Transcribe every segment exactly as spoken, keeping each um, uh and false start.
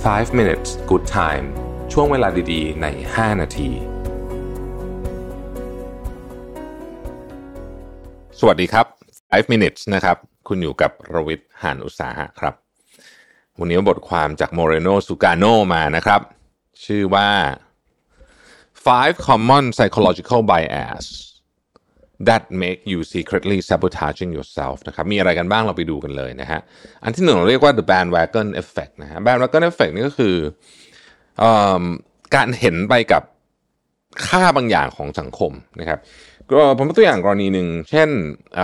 five minutes good time ช่วงเวลาดีๆในห้านาทีสวัสดีครับ five minutes นะครับคุณอยู่กับรวิทย์ หาญอุตสาหะครับวันนี้บทความจาก Moreno Sugano มานะครับชื่อว่า five common psychological bias that make you secretly sabotaging yourself นะครับมีอะไรกันบ้างเราไปดูกันเลยนะฮะอันที่หนึ่งเราเรียกว่า the bandwagon effect นะฮะ bandwagon effect นี่ก็คือเอ่อการเห็นไปกับค่าบางอย่างของสังคมนะครับก็ผมยกตัวอย่างกรณีหนึ่งเช่น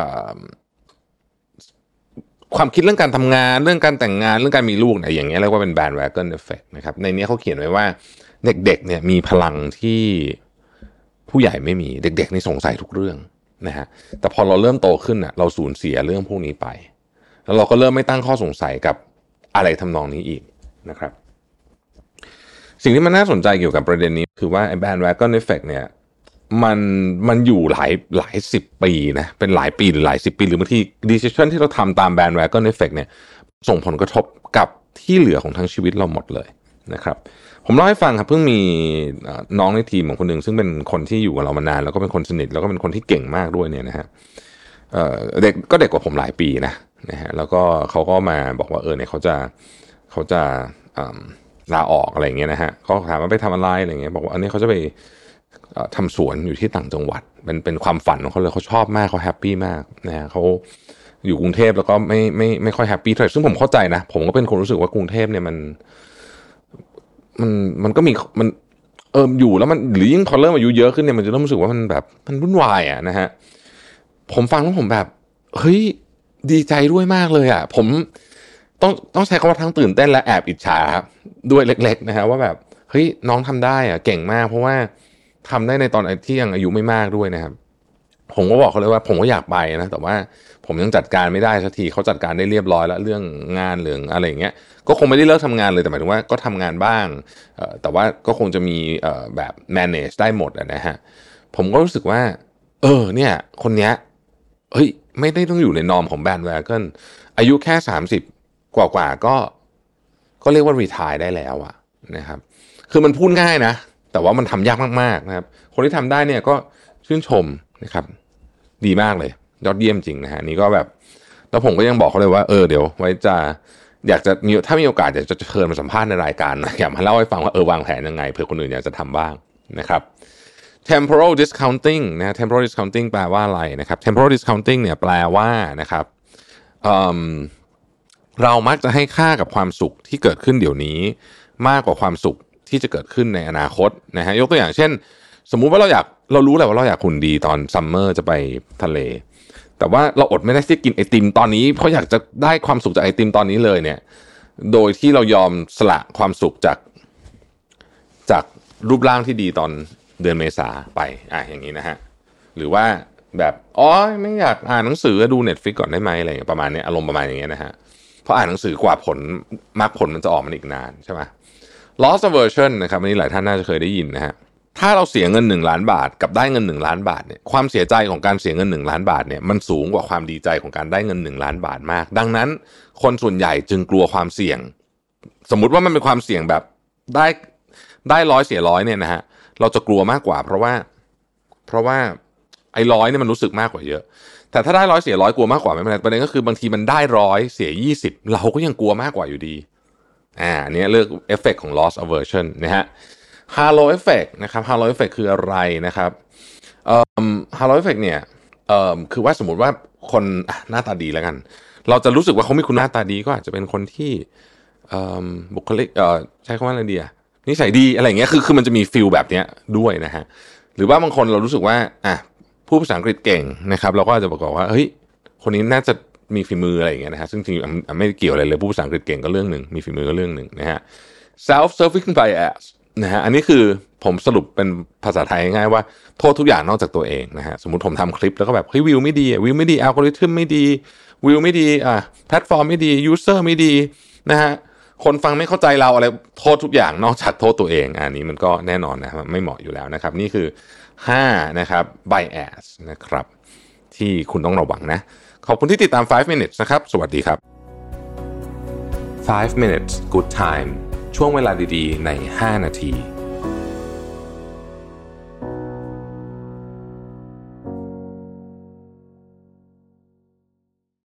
ความคิดเรื่องการทำงานเรื่องการแต่งงานเรื่องการมีลูกเนี่ยอย่างเงี้ยเรียกว่าเป็น bandwagon effect นะครับในนี้เขาเขียนไว้ว่าเด็กๆเนี่ยมีพลังที่ผู้ใหญ่ไม่มีเด็กๆนี่สงสัยทุกเรื่องนะฮะแต่พอเราเริ่มโตขึ้นน่ะเราสูญเสียเรื่องพวกนี้ไปแล้วเราก็เริ่มไม่ตั้งข้อสงสัยกับอะไรทำนองนี้อีกนะครับสิ่งที่มันน่าสนใจเกี่ยวกับประเด็นนี้คือว่าไอ้ bandwagon effect เนี่ยมันมันอยู่หลายหลายสิบปีนะเป็นหลายปีหรือหลายสิบปีหรือบางที decision ที่เราทำตาม bandwagon effect เนี่ยส่งผลกระทบกับที่เหลือของทั้งชีวิตเราหมดเลยนะครับผมเล่าให้ฟังครับเพิ่งมีน้องในทีมของคนหนึ่งซึ่งเป็นคนที่อยู่กับเรามานานแล้วก็เป็นคนสนิทแล้วก็เป็นคนที่เก่งมากด้วยเนี่ยนะฮะเอ่อเด็กก็เด็กกว่าผมหลายปีนะนะฮะแล้วก็เขาก็มาบอกว่าเออเนี่ยเขาจะเขาจะลาออกอะไรอย่างเงี้ยนะฮะเขาถามว่าไปทำอะไรอะไรเงี้ยบอกว่าอันนี้เขาจะไปทำสวนอยู่ที่ต่างจังหวัดเป็นเป็นความฝันของเขาเลยเขาชอบมากเขาแฮปปี้มากนะฮะเขาอยู่กรุงเทพแล้วก็ไม่ไม่ไม่ค่อยแฮปปี้เท่าไหร่ซึ่งผมเข้าใจนะผมก็เป็นคนรู้สึกว่ากรุงเทพเนี่ยมันมันมันก็มีมันเอออยู่แล้วมันหรือยิ่งพอเริ่มอายุเยอะขึ้นเนี่ยมันจะเริ่มรู้สึกว่ามันแบบมันวุ่นวายอ่ะนะฮะผมฟังแล้วผมแบบเฮ้ยดีใจด้วยมากเลยอ่ะผมต้องต้องใช้คำว่าทั้งตื่นเต้นและแอบอิจฉาครับด้วยเล็กๆนะฮะว่าแบบเฮ้ยน้องทำได้อ่ะเก่งมากเพราะว่าทำได้ในตอนที่ยังอายุไม่มากด้วยนะครับผมก็บอกเขาเลยว่าผมก็อยากไปนะแต่ว่าผมยังจัดการไม่ได้สักทีเขาจัดการได้เรียบร้อยแล้วเรื่องงานเรื่องอะไรอย่างเงี้ยก็คงไม่ได้เลิกทำงานเลยแต่หมายถึงว่าก็ทำงานบ้างแต่ว่าก็คงจะมีแบบ manage ได้หมดนะฮะผมก็รู้สึกว่าเออเนี่ยคนเนี้ยเฮ้ยไม่ได้ต้องอยู่ในนอร์มของ bandwagon อายุแค่สามสิบกว่าๆก็ก็เรียกว่า retire ได้แล้วอะนะครับคือมันพูดง่ายนะแต่ว่ามันทำยากมากๆนะครับคนที่ทำได้เนี่ยก็ชื่นชมนะครับดีมากเลยยอดเยี่ยมจริงนะฮะนี่ก็แบบแล้วผมก็ยังบอกเขาเลยว่าเออเดี๋ยวไว้จะอยากจะมีถ้ามีโอกาสอยากจะเชิญมาสัมภาษณ์ในรายการนะอยากมาเล่าให้ฟังว่าเออวางแผนยังไงเผื่อคนอื่นอยากจะทำบ้างนะครับ temporal discounting นะ temporal discounting แปลว่าอะไรนะครับ temporal discounting เนี่ยแปลว่านะครับเอ่อเรามักจะให้ค่ากับความสุขที่เกิดขึ้นเดี๋ยวนี้มากกว่าความสุขที่จะเกิดขึ้นในอนาคตนะฮะยกตัวอย่างเช่นสมมุติว่าเราอยากเรารู้แหละว่าเราอยากหุ่นดีตอนซัมเมอร์จะไปทะเลแต่ว่าเราอดไม่ได้ที่กินไอติมตอนนี้เพราะอยากจะได้ความสุขจากไอติมตอนนี้เลยเนี่ยโดยที่เรายอมสละความสุขจากจากรูปร่างที่ดีตอนเดือนเมษาไปอ่ะอย่างนี้นะฮะหรือว่าแบบอ๋อไม่อยากอ่านหนังสือดู Netflix ก่อนได้ไหมอะไรประมาณนี้อารมณ์ประมาณอย่างเงี้ยนะฮะเพราะอ่านหนังสือกว่าผลมรรคผลมันจะออกมันอีกนานใช่ไหมloss aversion นะครับอันนี้หลายท่านน่าจะเคยได้ยินนะฮะถ้าเราเสียเงินหนึ่งล้านบาทกับได้เงินหนึ่งล้านบาทเนี่ยความเสียใจของการเสียเงินหนึ่งล้านบาทเนี่ยมันสูงกว่าความดีใจของการได้เงินหนึ่งล้านบาทมากดังนั้นคนส่วนใหญ่จึงกลัวความเสี่ยงสมมุติว่ามันเป็นความเสี่ยงแบบได้ได้ร้อยเสียร้อยเนี่ยนะฮะเราจะกลัวมากกว่าเพราะว่าเพราะว่าไอ้ร้อยเนี่ยมันรู้สึกมากกว่าเยอะแต่ถ้าได้ร้อยเสียร้อยกลัวมากกว่าไม่เป็นไรประเด็นก็คือบางทีมันได้ร้อยเสียยี่สิบเราก็ยังกลัวมากกว่าอยู่ดีอ่าอันนี้เรื่องเอฟเฟกต์ของ loss aversion นะฮะ halo effect นะครับ halo effect คืออะไรนะครับเอ่อ halo effect เนี่ยเอ่อคือว่าสมมุติว่าคนหน้าตาดีแล้วกันเราจะรู้สึกว่าเขามีคุณหน้าตาดีก็อาจจะเป็นคนที่เอ่อบุคลิกเอ่อใช้คำว่าอะไรดีอ่ะนิสัยดีอะไรอย่างเงี้ยคือคือมันจะมีฟีลแบบเนี้ยด้วยนะฮะหรือว่าบางคนเรารู้สึกว่าอ่ะพูดภาษาอังกฤษเก่งนะครับเราก็อาจจะบอกว่าเฮ้ยคนนี้น่าจะมีฝีมืออะไรอย่างเงี้ยนะฮะซึ่งจริงๆไม่เกี่ยวอะไรเลยพูดภาษาอังกฤษเก่งก็เรื่องหนึ่งมีฝีมือก็เรื่องหนึ่งนะฮะ self serving bias นะฮะอันนี้คือผมสรุปเป็นภาษาไทยง่ายๆว่าโทษทุกอย่างนอกจากตัวเองนะฮะสมมุติผมทำคลิปแล้วก็แบบเฮ้ยวิวไม่ดีวิวไม่ดีอัลกอริทึมไม่ดีวิวไม่ดีอ่ะแพลตฟอร์มไม่ดียูเซอร์ไม่ดีนะฮะคนฟังไม่เข้าใจเราอะไรโทษทุกอย่างนอกจากโทษตัวเองอันนี้มันก็แน่นอนนะครับไม่เหมาะอยู่แล้วนะครับนี่คือห้านะครับ bias นะครับที่คุณต้องระวังนะขอบคุณที่ติดตามไฟว์ minutes นะครับสวัสดีครับไฟว์ minutes good time ช่วงเวลาดีๆในห้านาที